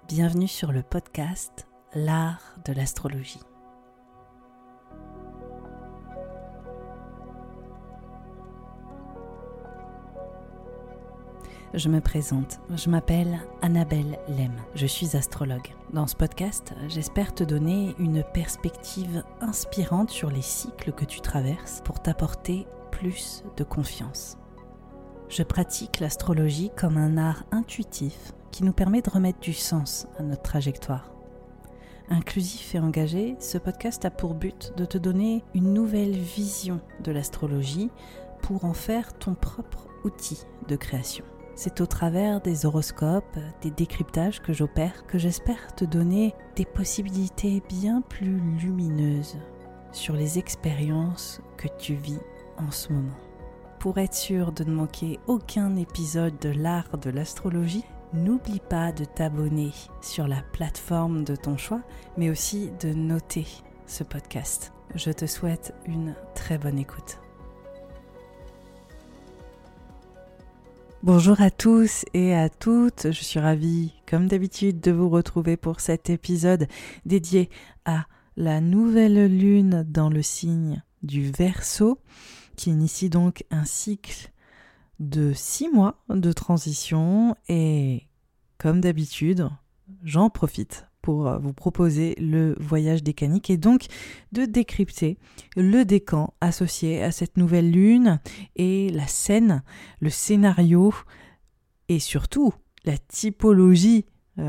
Bienvenue sur le podcast L'art de l'astrologie. Je me présente, je m'appelle Annabelle Lem, je suis astrologue. Dans ce podcast, j'espère te donner une perspective inspirante sur les cycles que tu traverses pour t'apporter plus de confiance. Je pratique l'astrologie comme un art intuitif qui nous permet de remettre du sens à notre trajectoire. Inclusif et engagé, ce podcast a pour but de te donner une nouvelle vision de l'astrologie pour en faire ton propre outil de création. C'est au travers des horoscopes, des décryptages que j'opère que j'espère te donner des possibilités bien plus lumineuses sur les expériences que tu vis en ce moment. Pour être sûr de ne manquer aucun épisode de l'art de l'astrologie, n'oublie pas de t'abonner sur la plateforme de ton choix, mais aussi de noter ce podcast. Je te souhaite une très bonne écoute. Bonjour à tous et à toutes, je suis ravie, comme d'habitude, de vous retrouver pour cet épisode dédié à la nouvelle lune dans le signe du Verseau, qui initie donc un cycle de 6 mois de transition et, comme d'habitude, j'en profite pour vous proposer le voyage décanique et donc de décrypter le décan associé à cette nouvelle lune et la scène, le scénario et surtout la typologie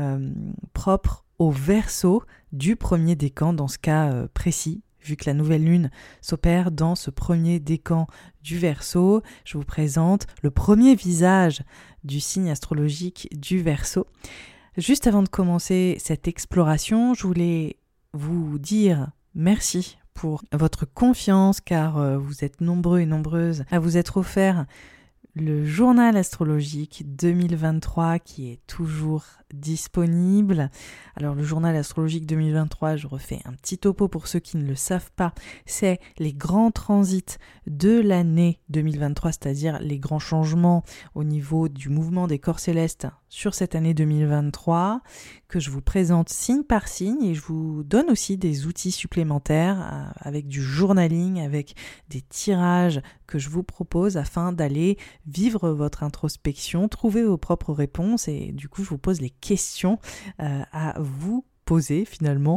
propre au Verseau du premier décan dans ce cas précis. Vu que la nouvelle lune s'opère dans ce premier décan du Verseau, je vous présente le premier visage du signe astrologique du Verseau. Juste avant de commencer cette exploration, je voulais vous dire merci pour votre confiance car vous êtes nombreux et nombreuses à vous être offert le journal astrologique 2023 qui est toujours disponible. Alors le journal astrologique 2023, je refais un petit topo pour ceux qui ne le savent pas, c'est les grands transits de l'année 2023, c'est-à-dire les grands changements au niveau du mouvement des corps célestes sur cette année 2023 que je vous présente signe par signe et je vous donne aussi des outils supplémentaires avec du journaling, avec des tirages que je vous propose afin d'aller vivre votre introspection, trouver vos propres réponses et du coup je vous pose les questions à vous poser finalement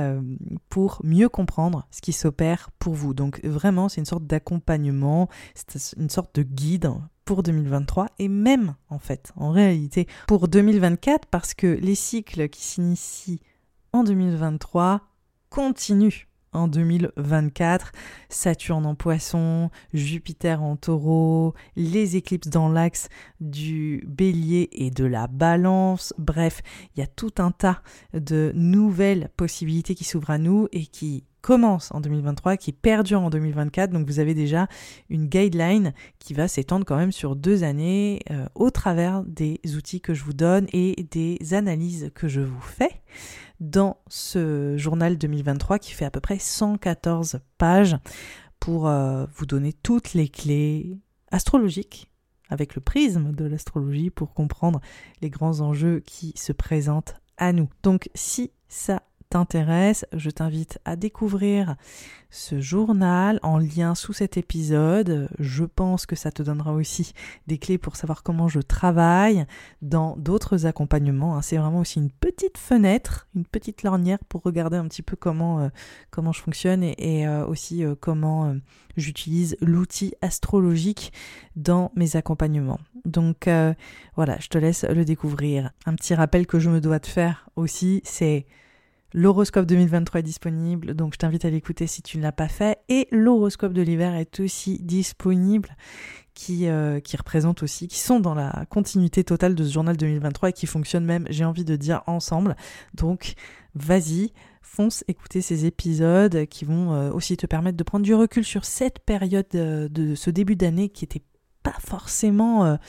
pour mieux comprendre ce qui s'opère pour vous. Donc vraiment c'est une sorte d'accompagnement, c'est une sorte de guide pour 2023 et même en fait en réalité pour 2024 parce que les cycles qui s'initient en 2023 continuent en 2024, Saturne en Poisson, Jupiter en Taureau, les éclipses dans l'axe du Bélier et de la Balance. Bref, il y a tout un tas de nouvelles possibilités qui s'ouvrent à nous et qui commencent en 2023, qui perdurent en 2024. Donc vous avez déjà une guideline qui va s'étendre quand même sur 2 années au travers des outils que je vous donne et des analyses que je vous fais dans ce journal 2023 qui fait à peu près 114 pages pour vous donner toutes les clés astrologiques avec le prisme de l'astrologie pour comprendre les grands enjeux qui se présentent à nous. Donc si ça t'intéresse, je t'invite à découvrir ce journal en lien sous cet épisode. Je pense que ça te donnera aussi des clés pour savoir comment je travaille dans d'autres accompagnements. C'est vraiment aussi une petite fenêtre, une petite lorgnière pour regarder un petit peu comment je fonctionne et aussi comment j'utilise l'outil astrologique dans mes accompagnements. Donc voilà, je te laisse le découvrir. Un petit rappel que je me dois de faire aussi, c'est l'horoscope 2023 est disponible, donc je t'invite à l'écouter si tu ne l'as pas fait. Et l'horoscope de l'hiver est aussi disponible, qui représentent aussi, qui sont dans la continuité totale de ce journal 2023 et qui fonctionnent même, j'ai envie de dire, ensemble. Donc vas-y, fonce écouter ces épisodes qui vont aussi te permettre de prendre du recul sur cette période de ce début d'année qui était pas forcément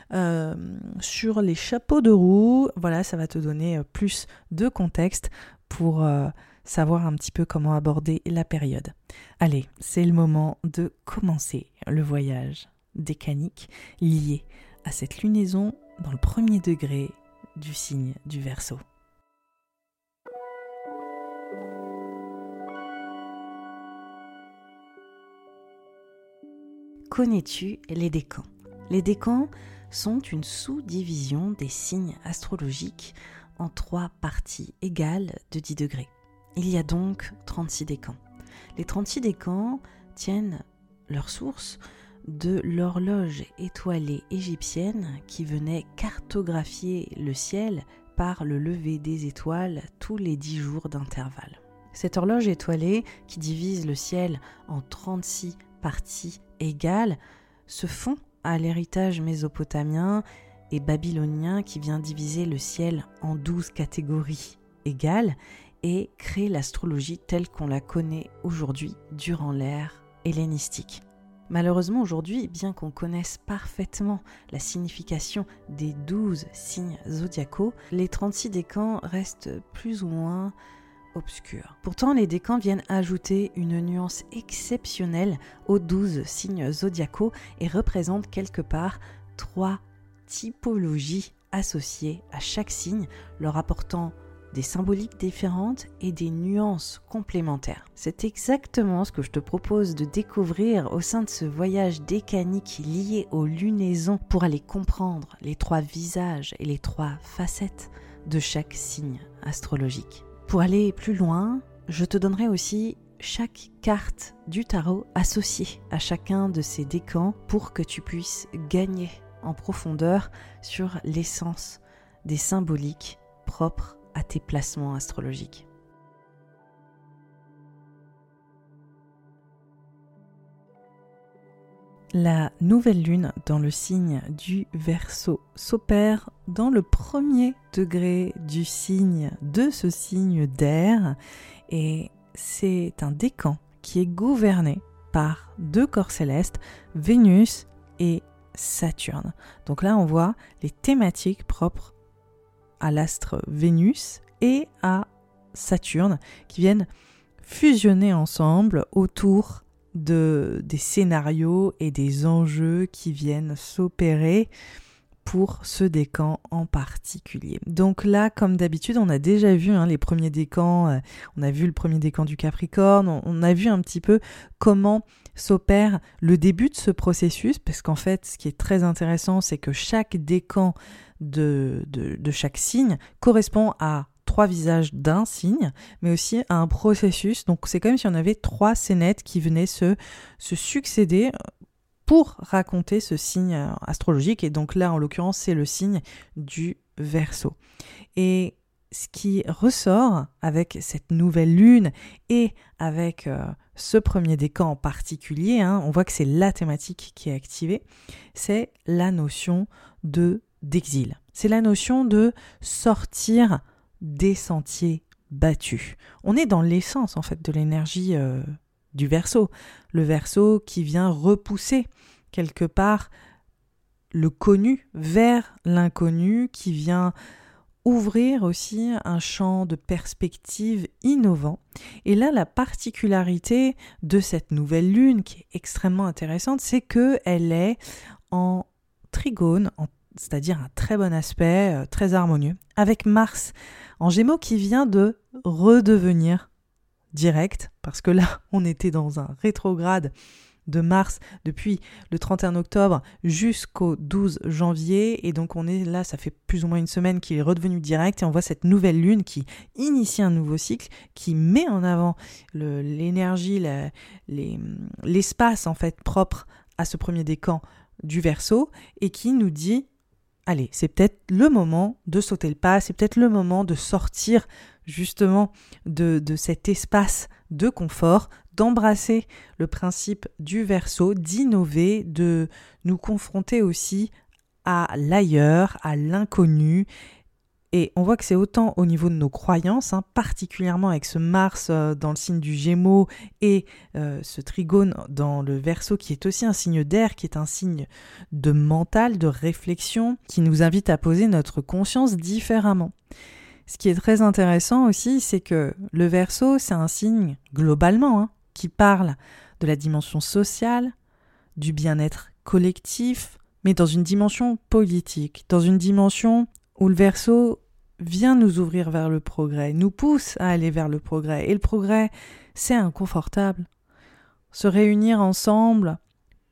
sur les chapeaux de roue. Voilà, ça va te donner plus de contexte pour savoir un petit peu comment aborder la période. Allez, c'est le moment de commencer le voyage décanique lié à cette lunaison dans le premier degré du signe du Verseau. connais-tu les décans ? Les décans sont une sous-division des signes astrologiques en 3 parties égales de 10 degrés. Il y a donc 36 décans. Les 36 décans tiennent leur source de l'horloge étoilée égyptienne qui venait cartographier le ciel par le lever des étoiles tous les 10 jours d'intervalle. Cette horloge étoilée qui divise le ciel en 36 parties égales se fond à l'héritage mésopotamien et babylonien qui vient diviser le ciel en 12 catégories égales et crée l'astrologie telle qu'on la connaît aujourd'hui durant l'ère hellénistique. Malheureusement aujourd'hui, bien qu'on connaisse parfaitement la signification des 12 signes zodiacaux, les 36 décans restent plus ou moins obscurs. Pourtant, les décans viennent ajouter une nuance exceptionnelle aux 12 signes zodiacaux et représentent quelque part 3 typologies associées à chaque signe, leur apportant des symboliques différentes et des nuances complémentaires. C'est exactement ce que je te propose de découvrir au sein de ce voyage décanique lié aux lunaisons pour aller comprendre les 3 visages et les 3 facettes de chaque signe astrologique. Pour aller plus loin, je te donnerai aussi chaque carte du tarot associée à chacun de ces décans pour que tu puisses gagner en profondeur sur l'essence des symboliques propres à tes placements astrologiques. La nouvelle lune dans le signe du Verseau s'opère dans le premier degré du signe de ce signe d'air et c'est un décan qui est gouverné par 2 corps célestes, Vénus et Saturne. Donc là on voit les thématiques propres à l'astre Vénus et à Saturne qui viennent fusionner ensemble autour des scénarios et des enjeux qui viennent s'opérer pour ce décan en particulier. Donc là, comme d'habitude, on a déjà vu les premiers décans, on a vu le premier décan du Capricorne, on a vu un petit peu comment s'opère le début de ce processus, parce qu'en fait, ce qui est très intéressant, c'est que chaque décan de chaque signe correspond à 3 visages d'un signe, mais aussi à un processus. Donc c'est comme si on avait 3 scénettes qui venaient se succéder pour raconter ce signe astrologique. Et donc là, en l'occurrence, c'est le signe du Verseau. Et ce qui ressort avec cette nouvelle lune et avec ce premier décan en particulier, on voit que c'est la thématique qui est activée, c'est la notion d'exil. C'est la notion de sortir des sentiers battus. On est dans l'essence en fait de l'énergie du Verseau. Le Verseau qui vient repousser quelque part le connu vers l'inconnu, qui vient ouvrir aussi un champ de perspectives innovant. Et là, la particularité de cette nouvelle lune qui est extrêmement intéressante, c'est qu'elle est en trigone, c'est-à-dire un très bon aspect, très harmonieux, avec Mars en Gémeaux qui vient de redevenir direct, parce que là, on était dans un rétrograde de Mars depuis le 31 octobre jusqu'au 12 janvier, et donc on est là, ça fait plus ou moins une semaine qu'il est redevenu direct, et on voit cette nouvelle lune qui initie un nouveau cycle, qui met en avant l'énergie, l'espace en fait propre à ce premier décan du Verseau, et qui nous dit allez, c'est peut-être le moment de sauter le pas, c'est peut-être le moment de sortir justement de cet espace de confort, d'embrasser le principe du Verseau, d'innover, de nous confronter aussi à l'ailleurs, à l'inconnu. Et on voit que c'est autant au niveau de nos croyances, particulièrement avec ce Mars dans le signe du Gémeaux et ce trigone dans le Verseau qui est aussi un signe d'air, qui est un signe de mental, de réflexion, qui nous invite à poser notre conscience différemment. Ce qui est très intéressant aussi, c'est que le Verseau, c'est un signe globalement qui parle de la dimension sociale, du bien-être collectif, mais dans une dimension politique, dans une dimension où le Verseau vient nous ouvrir vers le progrès, nous pousse à aller vers le progrès. Et le progrès, c'est inconfortable. Se réunir ensemble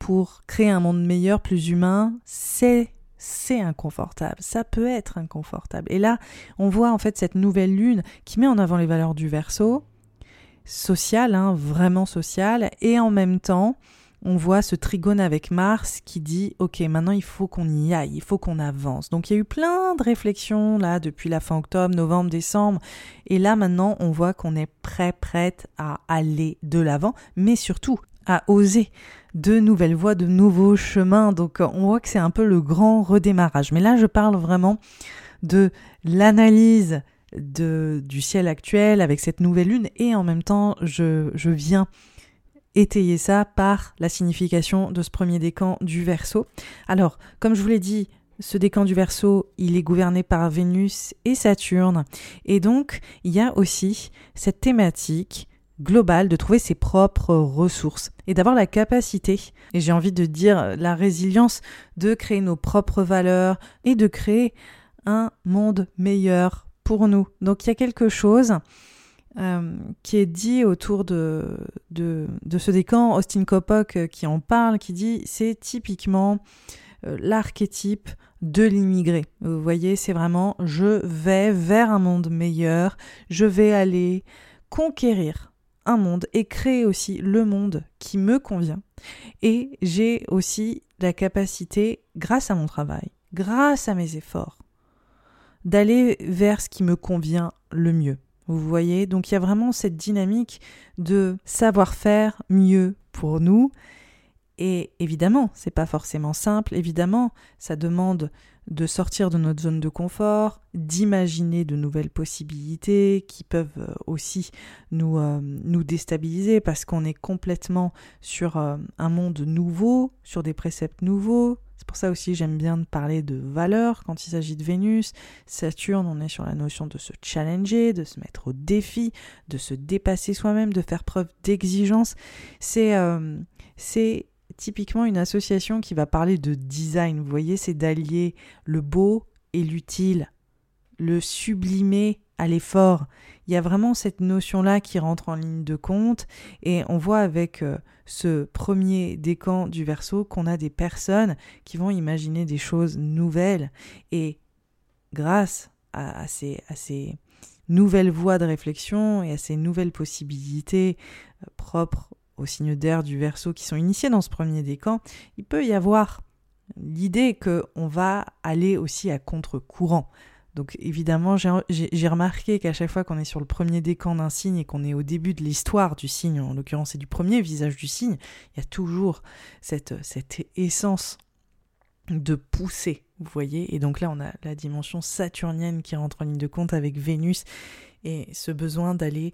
pour créer un monde meilleur, plus humain, c'est inconfortable, ça peut être inconfortable. Et là, on voit en fait cette nouvelle lune qui met en avant les valeurs du Verseau, sociale, vraiment sociale, et en même temps, on voit ce trigone avec Mars qui dit « Ok, maintenant il faut qu'on y aille, il faut qu'on avance ». Donc il y a eu plein de réflexions là depuis la fin octobre, novembre, décembre, et là maintenant on voit qu'on est prête à aller de l'avant, mais surtout à oser de nouvelles voies, de nouveaux chemins. Donc on voit que c'est un peu le grand redémarrage. Mais là je parle vraiment de l'analyse du ciel actuel avec cette nouvelle lune, et en même temps je viens étayer ça par la signification de ce premier décan du Verseau. Alors, comme je vous l'ai dit, ce décan du Verseau, il est gouverné par Vénus et Saturne. Et donc, il y a aussi cette thématique globale de trouver ses propres ressources et d'avoir la capacité, et j'ai envie de dire la résilience, de créer nos propres valeurs et de créer un monde meilleur pour nous. Donc, il y a quelque chose qui est dit autour de ce décan, Austin Coppock qui en parle, qui dit c'est typiquement l'archétype de l'immigré. Vous voyez, c'est vraiment je vais vers un monde meilleur, je vais aller conquérir un monde et créer aussi le monde qui me convient. Et j'ai aussi la capacité, grâce à mon travail, grâce à mes efforts, d'aller vers ce qui me convient le mieux. Vous voyez, donc il y a vraiment cette dynamique de savoir faire mieux pour nous. Et évidemment, c'est pas forcément simple. Évidemment, ça demande de sortir de notre zone de confort, d'imaginer de nouvelles possibilités qui peuvent aussi nous déstabiliser parce qu'on est complètement sur un monde nouveau, sur des préceptes nouveaux. C'est pour ça aussi j'aime bien parler de valeurs quand il s'agit de Vénus. Saturne, on est sur la notion de se challenger, de se mettre au défi, de se dépasser soi-même, de faire preuve d'exigence. C'est typiquement une association qui va parler de design. Vous voyez, c'est d'allier le beau et l'utile, le sublimé à l'effort. Il y a vraiment cette notion-là qui rentre en ligne de compte et on voit avec ce premier décan du Verseau qu'on a des personnes qui vont imaginer des choses nouvelles et grâce à ces nouvelles voies de réflexion et à ces nouvelles possibilités propres aux signes d'air du Verseau qui sont initiés dans ce premier décan, il peut y avoir l'idée qu'on va aller aussi à contre-courant. Donc évidemment, j'ai remarqué qu'à chaque fois qu'on est sur le premier décan d'un signe et qu'on est au début de l'histoire du signe, en l'occurrence c'est du premier visage du signe, il y a toujours cette essence de pousser, vous voyez. Et donc là, on a la dimension saturnienne qui rentre en ligne de compte avec Vénus et ce besoin d'aller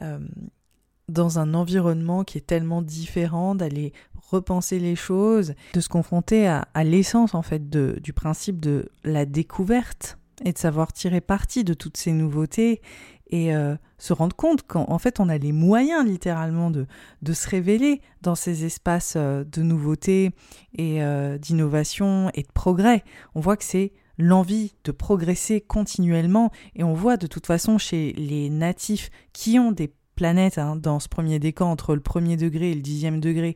dans un environnement qui est tellement différent, d'aller repenser les choses, de se confronter à l'essence en fait du principe de la découverte et de savoir tirer parti de toutes ces nouveautés et se rendre compte qu'en fait on a les moyens littéralement de se révéler dans ces espaces de nouveautés et d'innovation et de progrès. On voit que c'est l'envie de progresser continuellement et on voit de toute façon chez les natifs qui ont des planètes dans ce premier décan entre le 1er degré et le 10e degré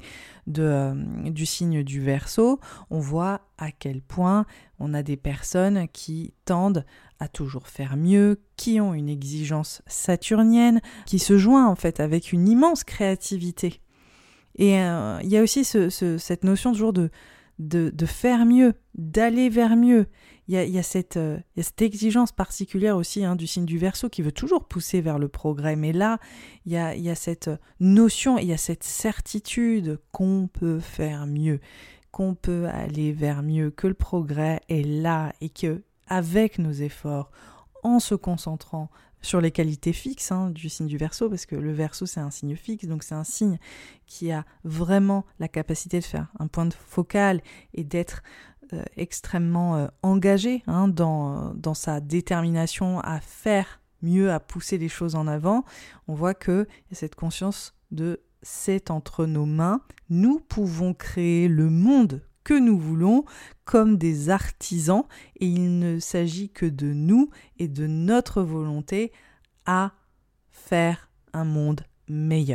du signe du Verseau, on voit à quel point on a des personnes qui tendent à toujours faire mieux, qui ont une exigence saturnienne, qui se joint en fait avec une immense créativité. Et il y a aussi cette notion toujours de faire mieux, d'aller vers mieux. Il y a cette exigence particulière aussi du signe du Verseau qui veut toujours pousser vers le progrès. Mais là, il y a cette notion, il y a cette certitude qu'on peut faire mieux, qu'on peut aller vers mieux, que le progrès est là et que avec nos efforts, en se concentrant sur les qualités fixes du signe du Verseau, parce que le Verseau c'est un signe fixe, donc c'est un signe qui a vraiment la capacité de faire un point de focal et d'être extrêmement engagé dans sa détermination à faire mieux, à pousser les choses en avant. On voit qu'il y a cette conscience de c'est entre nos mains, nous pouvons créer le monde que nous voulons comme des artisans et il ne s'agit que de nous et de notre volonté à faire un monde meilleur.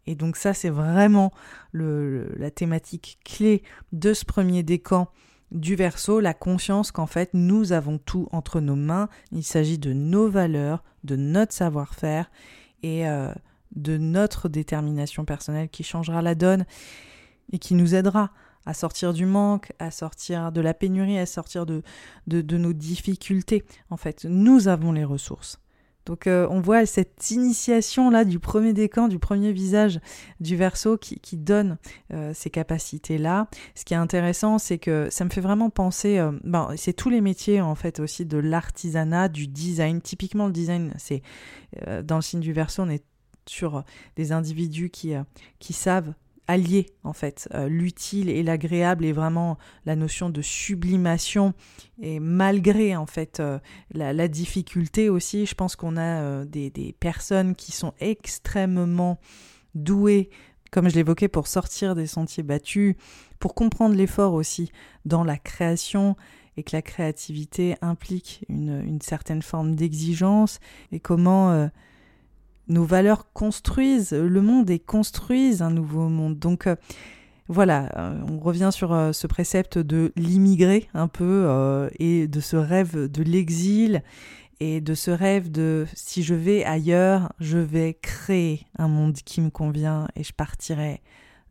Et donc ça, c'est vraiment la thématique clé de ce premier décan du Verseau, la conscience qu'en fait, nous avons tout entre nos mains. Il s'agit de nos valeurs, de notre savoir-faire et de notre détermination personnelle qui changera la donne et qui nous aidera à sortir du manque, à sortir de la pénurie, à sortir de nos difficultés. En fait, nous avons les ressources. Donc on voit cette initiation-là du premier décan, du premier visage du Verseau qui donne ces capacités-là. Ce qui est intéressant, c'est que ça me fait vraiment penser, c'est tous les métiers en fait aussi de l'artisanat, du design. Typiquement le design, c'est dans le signe du Verseau, on est sur des individus qui savent allier en fait l'utile et l'agréable et vraiment la notion de sublimation, et malgré en fait la difficulté aussi, je pense qu'on a des personnes qui sont extrêmement douées, comme je l'évoquais, pour sortir des sentiers battus, pour comprendre l'effort aussi dans la création, et que la créativité implique une certaine forme d'exigence, et comment nos valeurs construisent le monde et construisent un nouveau monde. Donc voilà, on revient sur ce précepte de l'immigré un peu et de ce rêve de l'exil et de ce rêve de si je vais ailleurs, je vais créer un monde qui me convient et je partirai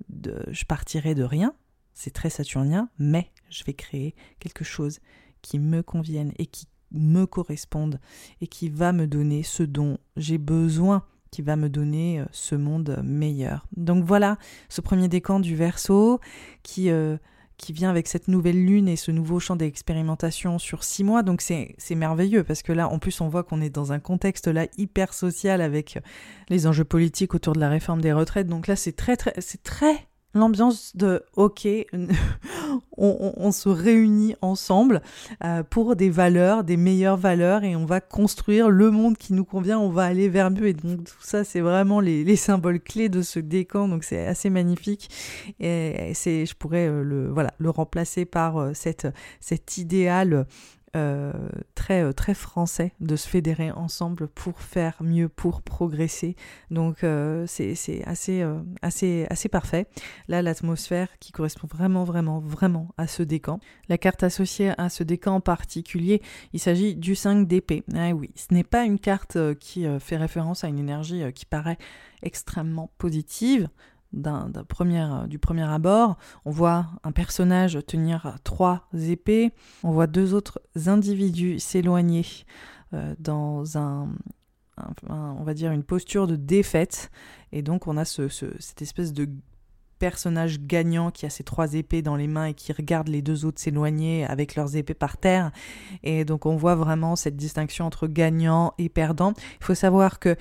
de rien. C'est très saturnien, mais je vais créer quelque chose qui me convienne et qui me corresponde et qui va me donner ce dont j'ai besoin, qui va me donner ce monde meilleur. Donc voilà, ce premier décan du Verseau qui vient avec cette nouvelle lune et ce nouveau champ d'expérimentation sur 6 mois. Donc c'est merveilleux parce que là, en plus, on voit qu'on est dans un contexte là hyper social avec les enjeux politiques autour de la réforme des retraites. Donc là, c'est très l'ambiance de OK, on se réunit ensemble pour des valeurs, des meilleures valeurs, et on va construire le monde qui nous convient, on va aller vers mieux. Et donc tout ça, c'est vraiment les symboles clés de ce décan, donc c'est assez magnifique. Et je pourrais le remplacer par cet idéal très français de se fédérer ensemble pour faire mieux, pour progresser. Donc c'est assez parfait. Là, l'atmosphère qui correspond vraiment à ce décan. La carte associée à ce décan en particulier, il s'agit du 5 d'épée. Ah oui, ce n'est pas une carte qui fait référence à une énergie qui paraît extrêmement positive. Du premier abord, on voit un personnage tenir 3 épées, on voit 2 autres individus s'éloigner dans on va dire une posture de défaite, et donc on a cette espèce de personnage gagnant qui a ses 3 épées dans les mains et qui regarde les 2 autres s'éloigner avec leurs épées par terre. Et donc on voit vraiment cette distinction entre gagnant et perdant. Il faut savoir que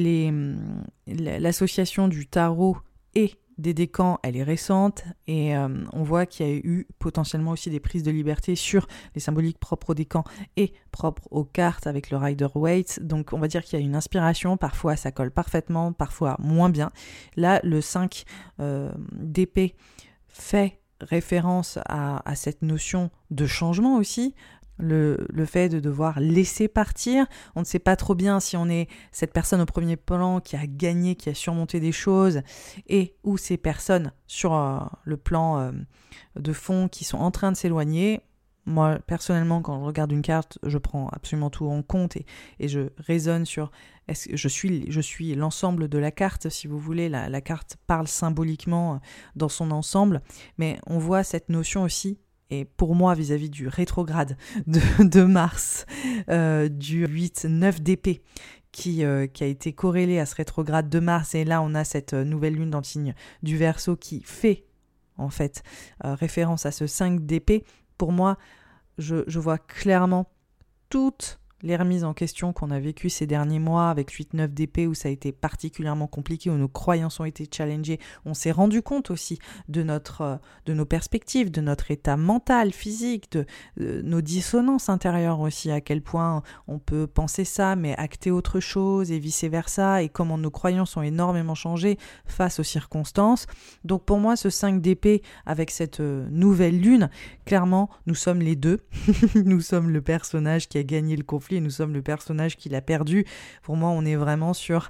l'association du tarot et des décans, elle est récente, et on voit qu'il y a eu potentiellement aussi des prises de liberté sur les symboliques propres aux décans et propres aux cartes avec le Rider-Waite. Donc on va dire qu'il y a une inspiration, parfois ça colle parfaitement, parfois moins bien. Là, le 5 d'épée fait référence à cette notion de changement aussi, le fait de devoir laisser partir. On ne sait pas trop bien si on est cette personne au premier plan qui a gagné, qui a surmonté des choses, et ou ces personnes sur le plan de fond qui sont en train de s'éloigner. Moi, personnellement, quand je regarde une carte, je prends absolument tout en compte et je raisonne sur est-ce que je suis l'ensemble de la carte, si vous voulez. La carte parle symboliquement dans son ensemble, mais on voit cette notion aussi. Et pour moi, vis-à-vis du rétrograde de Mars, du 8-9 d'épée, qui a été corrélé à ce rétrograde de Mars, et là on a cette nouvelle lune dans le signe du Verseau qui fait en fait référence à ce 5 d'épée. Pour moi, je vois clairement toutes les remises en question qu'on a vécues ces derniers mois avec 8-9 d'épée, où ça a été particulièrement compliqué, où nos croyances ont été challengées. On s'est rendu compte aussi de nos perspectives, de notre état mental, physique, de nos dissonances intérieures aussi, à quel point on peut penser ça mais acter autre chose et vice-versa, et comment nos croyances ont énormément changé face aux circonstances. Donc pour moi, ce 5 d'épée avec cette nouvelle lune, clairement, nous sommes les deux. Nous sommes le personnage qui a gagné le conflit conflit et nous sommes le personnage qui l'a perdu. Pour moi, on est vraiment sur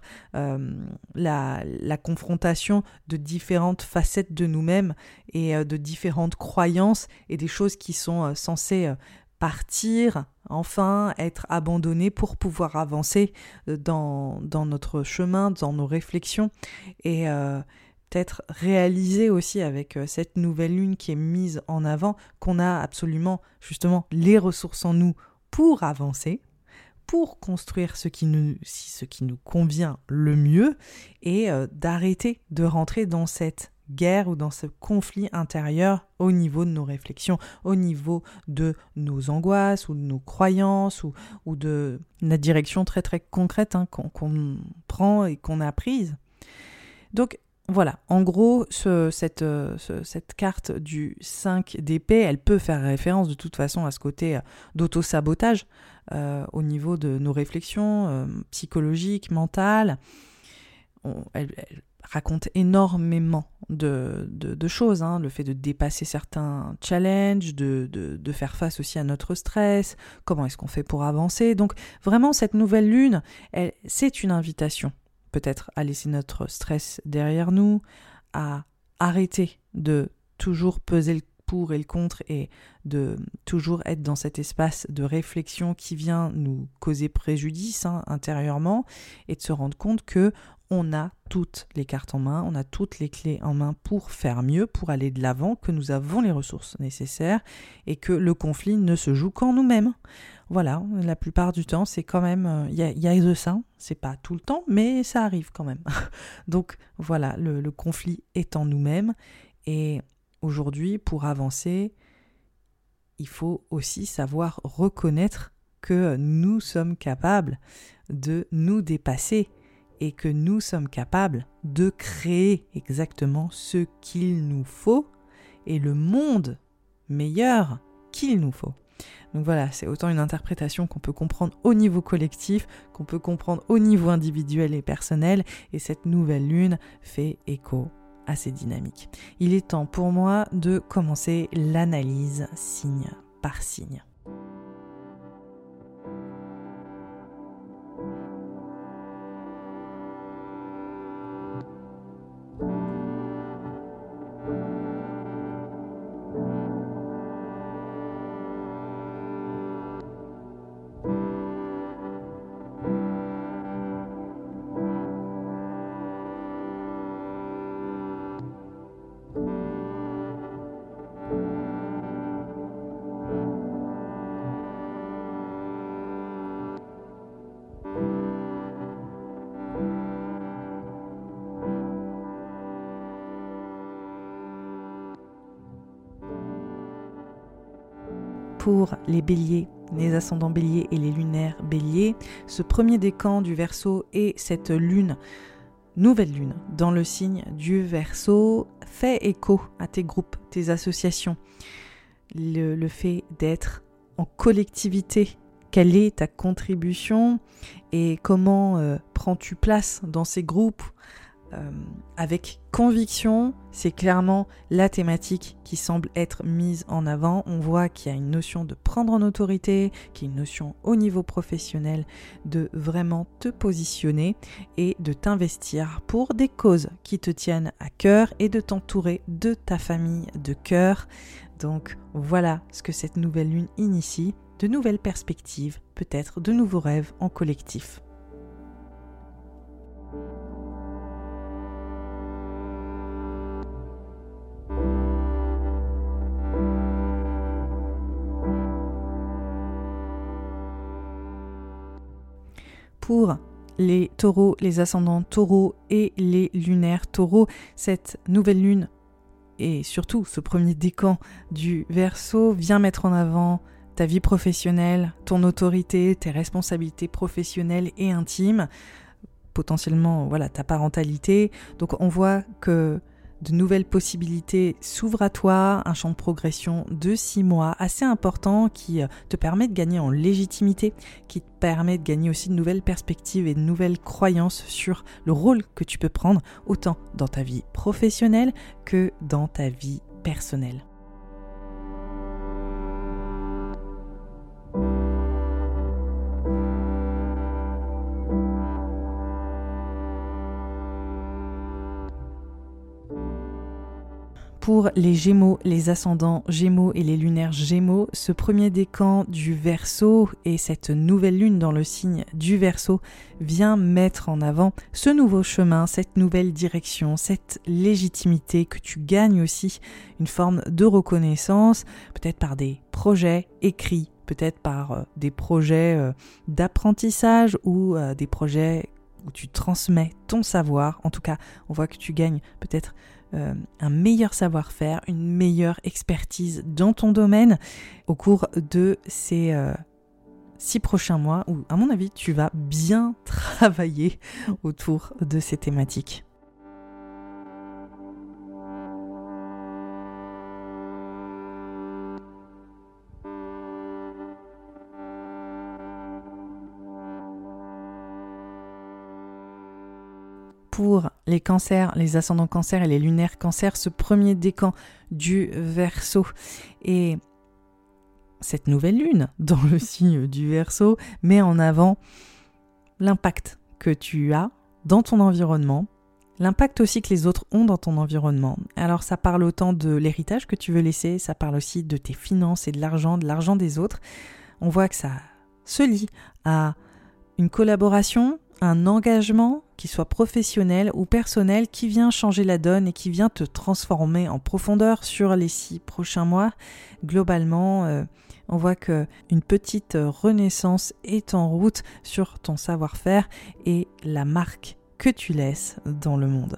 la confrontation de différentes facettes de nous-mêmes et de différentes croyances et des choses qui sont censées partir, enfin être abandonnées pour pouvoir avancer dans notre chemin, dans nos réflexions et peut-être réaliser aussi avec cette nouvelle lune qui est mise en avant qu'on a absolument justement les ressources en nous pour avancer, pour construire ce qui nous convient le mieux et d'arrêter de rentrer dans cette guerre ou dans ce conflit intérieur au niveau de nos réflexions, au niveau de nos angoisses ou de nos croyances ou de la direction très très concrète qu'on prend et qu'on a prise. Donc voilà, en gros, cette carte du 5 d'épée, elle peut faire référence de toute façon à ce côté d'auto-sabotage au niveau de nos réflexions psychologiques, mentales. Elle raconte énormément de choses, le fait de dépasser certains challenges, de faire face aussi à notre stress, comment est-ce qu'on fait pour avancer. Donc vraiment, cette nouvelle lune, c'est une invitation. Peut-être à laisser notre stress derrière nous, à arrêter de toujours peser le pour et le contre et de toujours être dans cet espace de réflexion qui vient nous causer préjudice intérieurement et de se rendre compte que on a toutes les cartes en main, on a toutes les clés en main pour faire mieux, pour aller de l'avant, que nous avons les ressources nécessaires et que le conflit ne se joue qu'en nous-mêmes. Voilà, la plupart du temps, c'est quand même... Il y a de ça, c'est pas tout le temps, mais ça arrive quand même. Donc voilà, le conflit est en nous-mêmes. Et aujourd'hui, pour avancer, il faut aussi savoir reconnaître que nous sommes capables de nous dépasser et que nous sommes capables de créer exactement ce qu'il nous faut et le monde meilleur qu'il nous faut. Donc voilà, c'est autant une interprétation qu'on peut comprendre au niveau collectif, qu'on peut comprendre au niveau individuel et personnel, et cette nouvelle lune fait écho à ces dynamiques. Il est temps pour moi de commencer l'analyse signe par signe. Pour les béliers, les ascendants béliers et les lunaires béliers, ce premier décan du Verseau et cette lune, nouvelle lune, dans le signe du Verseau, fait écho à tes groupes, tes associations. Le fait d'être en collectivité, quelle est ta contribution et comment prends-tu place dans ces groupes avec conviction, c'est clairement la thématique qui semble être mise en avant. On voit qu'il y a une notion de prendre en autorité, qu'il y a une notion au niveau professionnel de vraiment te positionner et de t'investir pour des causes qui te tiennent à cœur et de t'entourer de ta famille de cœur. Donc voilà ce que cette nouvelle lune initie, de nouvelles perspectives, peut-être de nouveaux rêves en collectif. Pour les taureaux, les ascendants taureaux et les lunaires taureaux, cette nouvelle lune et surtout ce premier décan du Verseau vient mettre en avant ta vie professionnelle, ton autorité, tes responsabilités professionnelles et intimes, potentiellement ta parentalité. Donc on voit que de nouvelles possibilités s'ouvrent à toi, un champ de progression de 6 mois assez important qui te permet de gagner en légitimité, qui te permet de gagner aussi de nouvelles perspectives et de nouvelles croyances sur le rôle que tu peux prendre, autant dans ta vie professionnelle que dans ta vie personnelle. Pour les Gémeaux, les ascendants Gémeaux et les lunaires Gémeaux, ce premier décan du Verseau et cette nouvelle lune dans le signe du Verseau vient mettre en avant ce nouveau chemin, cette nouvelle direction, cette légitimité que tu gagnes aussi, une forme de reconnaissance, peut-être par des projets écrits, peut-être par des projets d'apprentissage ou des projets où tu transmets ton savoir. En tout cas, on voit que tu gagnes peut-être un meilleur savoir-faire, une meilleure expertise dans ton domaine au cours de ces 6 prochains mois où, à mon avis, tu vas bien travailler autour de ces thématiques. Pour les cancers, les ascendants cancers et les lunaires cancers, ce premier décan du Verseau et cette nouvelle lune dans le signe du Verseau met en avant l'impact que tu as dans ton environnement, l'impact aussi que les autres ont dans ton environnement. Alors ça parle autant de l'héritage que tu veux laisser, ça parle aussi de tes finances et de l'argent des autres. On voit que ça se lie à une collaboration, un engagement, qui soit professionnel ou personnel, qui vient changer la donne et qui vient te transformer en profondeur sur les 6 prochains mois. Globalement, on voit qu'une petite renaissance est en route sur ton savoir-faire et la marque que tu laisses dans le monde.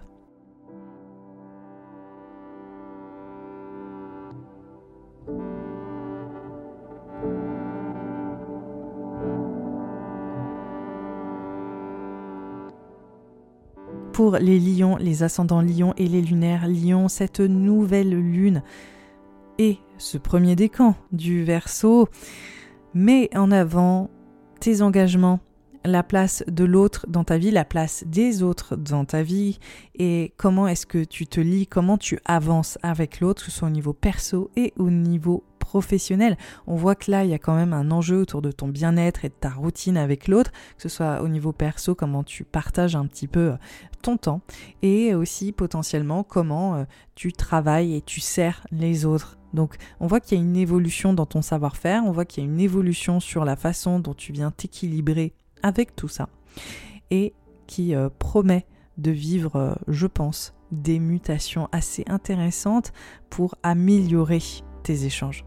Pour les lions, les ascendants lions et les lunaires lions, cette nouvelle lune et ce premier décan du Verseau met en avant tes engagements, la place de l'autre dans ta vie, la place des autres dans ta vie et comment est-ce que tu te lies, comment tu avances avec l'autre, que ce soit au niveau perso et au niveau professionnel. On voit que là, il y a quand même un enjeu autour de ton bien-être et de ta routine avec l'autre, que ce soit au niveau perso, comment tu partages un petit peu ton temps et aussi potentiellement comment tu travailles et tu sers les autres. Donc on voit qu'il y a une évolution dans ton savoir-faire, on voit qu'il y a une évolution sur la façon dont tu viens t'équilibrer avec tout ça et qui promet de vivre, je pense, des mutations assez intéressantes pour améliorer tes échanges.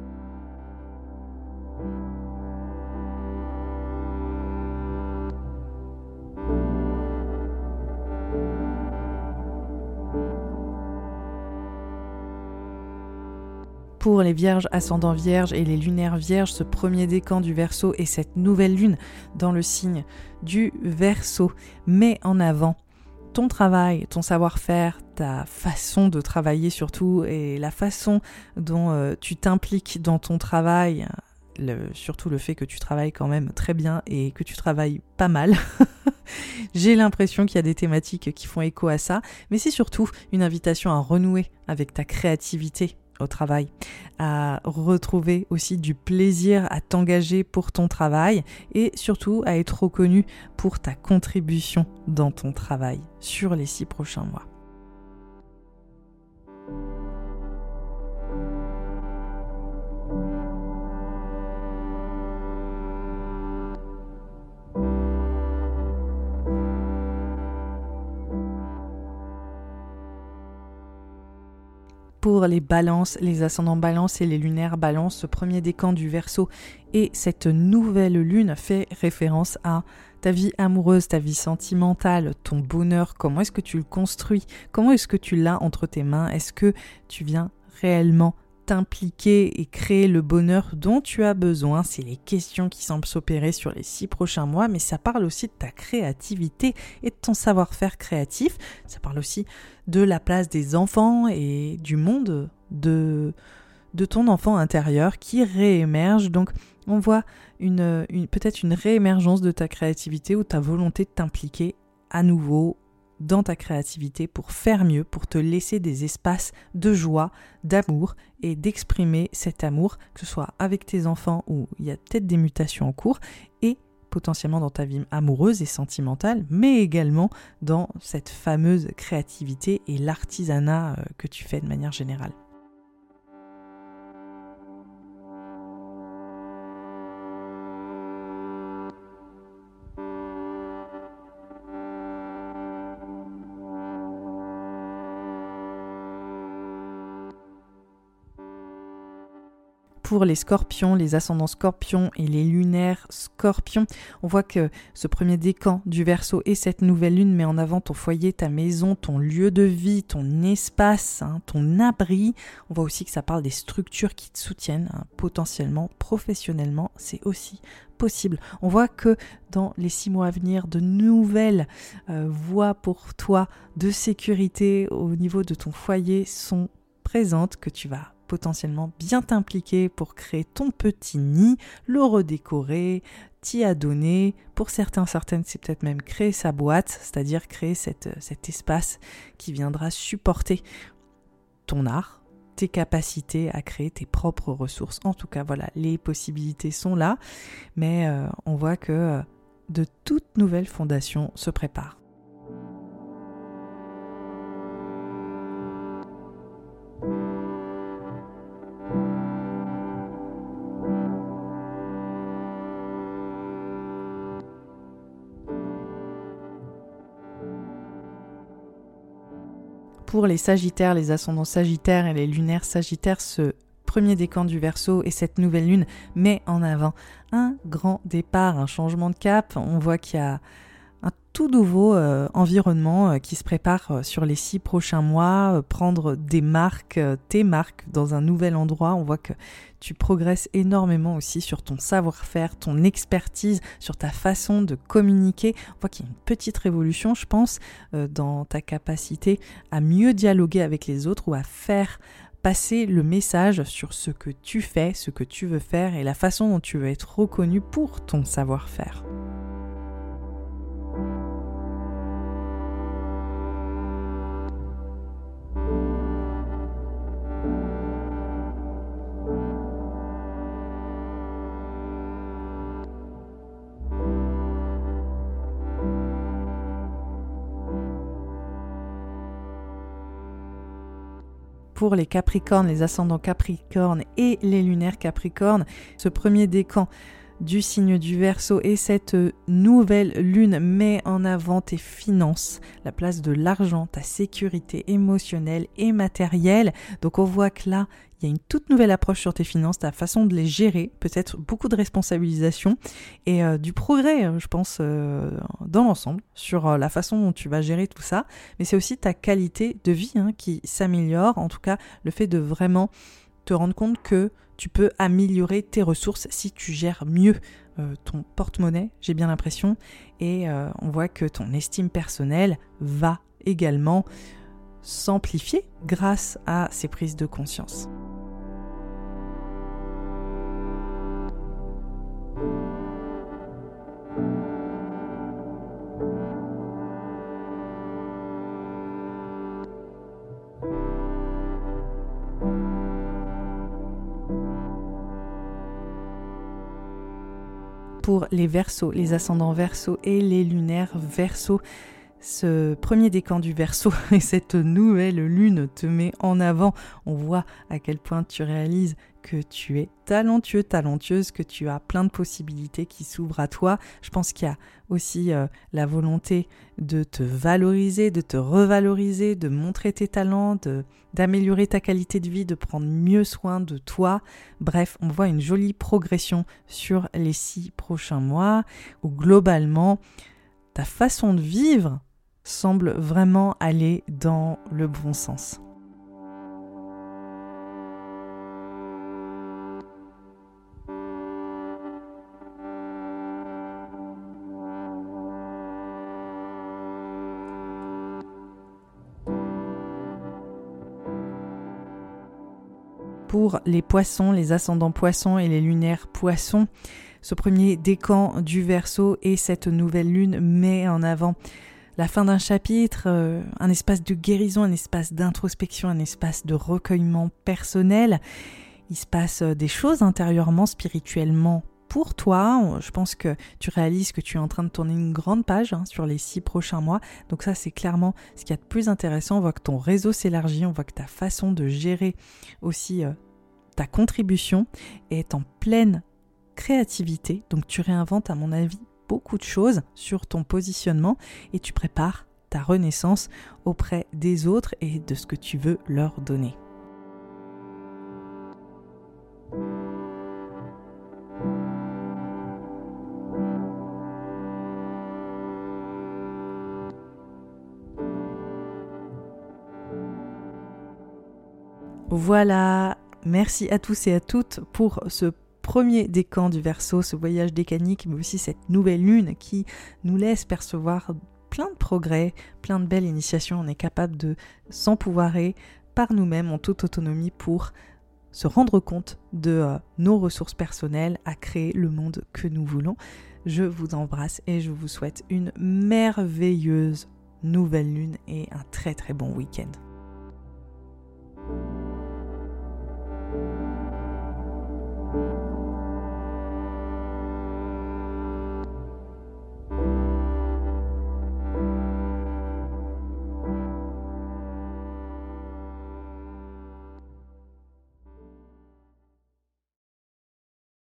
Pour les vierges, ascendants vierges et les lunaires vierges, ce premier décan du Verseau et cette nouvelle lune dans le signe du Verseau met en avant ton travail, ton savoir-faire, ta façon de travailler surtout et la façon dont tu t'impliques dans ton travail, surtout le fait que tu travailles quand même très bien et que tu travailles pas mal. J'ai l'impression qu'il y a des thématiques qui font écho à ça, mais c'est surtout une invitation à renouer avec ta créativité au travail, à retrouver aussi du plaisir à t'engager pour ton travail et surtout à être reconnu pour ta contribution dans ton travail sur les 6 prochains mois. Pour les balances, les ascendants balance et les lunaires balance, ce premier décan du Verseau et cette nouvelle lune fait référence à ta vie amoureuse, ta vie sentimentale, ton bonheur, comment est-ce que tu le construis, comment est-ce que tu l'as entre tes mains, est-ce que tu viens réellement t'impliquer et créer le bonheur dont tu as besoin. C'est les questions qui semblent s'opérer sur les 6 prochains mois, mais ça parle aussi de ta créativité et de ton savoir-faire créatif. Ça parle aussi de la place des enfants et du monde de ton enfant intérieur qui réémerge. Donc on voit peut-être une réémergence de ta créativité ou ta volonté de t'impliquer à nouveau dans ta créativité pour faire mieux, pour te laisser des espaces de joie, d'amour et d'exprimer cet amour, que ce soit avec tes enfants où il y a peut-être des mutations en cours, et potentiellement dans ta vie amoureuse et sentimentale, mais également dans cette fameuse créativité et l'artisanat que tu fais de manière générale. Pour les scorpions, les ascendants scorpions et les lunaires scorpions, on voit que ce premier décan du Verseau et cette nouvelle lune met en avant ton foyer, ta maison, ton lieu de vie, ton espace, ton abri. On voit aussi que ça parle des structures qui te soutiennent, potentiellement, professionnellement, c'est aussi possible. On voit que dans les 6 mois à venir, de nouvelles voies pour toi de sécurité au niveau de ton foyer sont présentes, que tu vas potentiellement bien t'impliquer pour créer ton petit nid, le redécorer, t'y adonner. Pour certaines, c'est peut-être même créer sa boîte, c'est-à-dire créer cet espace qui viendra supporter ton art, tes capacités à créer tes propres ressources. En tout cas, voilà, les possibilités sont là, mais on voit que de toutes nouvelles fondations se préparent. Pour les sagittaires, les ascendants sagittaires et les lunaires sagittaires, ce premier décan du Verseau et cette nouvelle lune met en avant un grand départ, un changement de cap. On voit qu'il y a un tout nouveau environnement qui se prépare sur les 6 prochains mois, prendre des marques, tes marques dans un nouvel endroit. On voit que tu progresses énormément aussi sur ton savoir-faire, ton expertise, sur ta façon de communiquer. On voit qu'il y a une petite révolution, je pense, dans ta capacité à mieux dialoguer avec les autres ou à faire passer le message sur ce que tu fais, ce que tu veux faire et la façon dont tu veux être reconnu pour ton savoir-faire. Pour les Capricornes, les ascendants Capricornes et les lunaires Capricornes, ce premier décan du signe du Verseau et cette nouvelle lune met en avant tes finances, la place de l'argent, ta sécurité émotionnelle et matérielle. Donc on voit que là, il y a une toute nouvelle approche sur tes finances, ta façon de les gérer, peut-être beaucoup de responsabilisation et du progrès, je pense, dans l'ensemble, sur la façon dont tu vas gérer tout ça. Mais c'est aussi ta qualité de vie qui s'améliore, en tout cas le fait de vraiment te rendre compte que tu peux améliorer tes ressources si tu gères mieux ton porte-monnaie, j'ai bien l'impression, et on voit que ton estime personnelle va également s'amplifier grâce à ces prises de conscience. Pour les Verseaux, les ascendants Verseaux et les lunaires Verseaux, ce premier décan du Verseau et cette nouvelle lune te met en avant. On voit à quel point tu réalises que tu es talentueux, talentueuse, que tu as plein de possibilités qui s'ouvrent à toi. Je pense qu'il y a aussi la volonté de te valoriser, de te revaloriser, de montrer tes talents, d'améliorer ta qualité de vie, de prendre mieux soin de toi. Bref, on voit une jolie progression sur les 6 prochains mois où globalement, ta façon de vivre semble vraiment aller dans le bon sens. Pour les poissons, les ascendants poissons et les lunaires poissons, ce premier décan du Verseau et cette nouvelle lune met en avant la fin d'un chapitre, un espace de guérison, un espace d'introspection, un espace de recueillement personnel. Il se passe des choses intérieurement, spirituellement pour toi. Je pense que tu réalises que tu es en train de tourner une grande page sur les 6 prochains mois. Donc ça, c'est clairement ce qu'il y a de plus intéressant. On voit que ton réseau s'élargit, on voit que ta façon de gérer aussi ta contribution est en pleine créativité. Donc tu réinventes, à mon avis, beaucoup de choses sur ton positionnement et tu prépares ta renaissance auprès des autres et de ce que tu veux leur donner. Voilà, merci à tous et à toutes pour ce premier décan du Verseau, ce voyage décanique, mais aussi cette nouvelle lune qui nous laisse percevoir plein de progrès, plein de belles initiations. On est capable de s'empouvoirer par nous-mêmes en toute autonomie pour se rendre compte de nos ressources personnelles à créer le monde que nous voulons. Je vous embrasse et je vous souhaite une merveilleuse nouvelle lune et un très très bon week-end.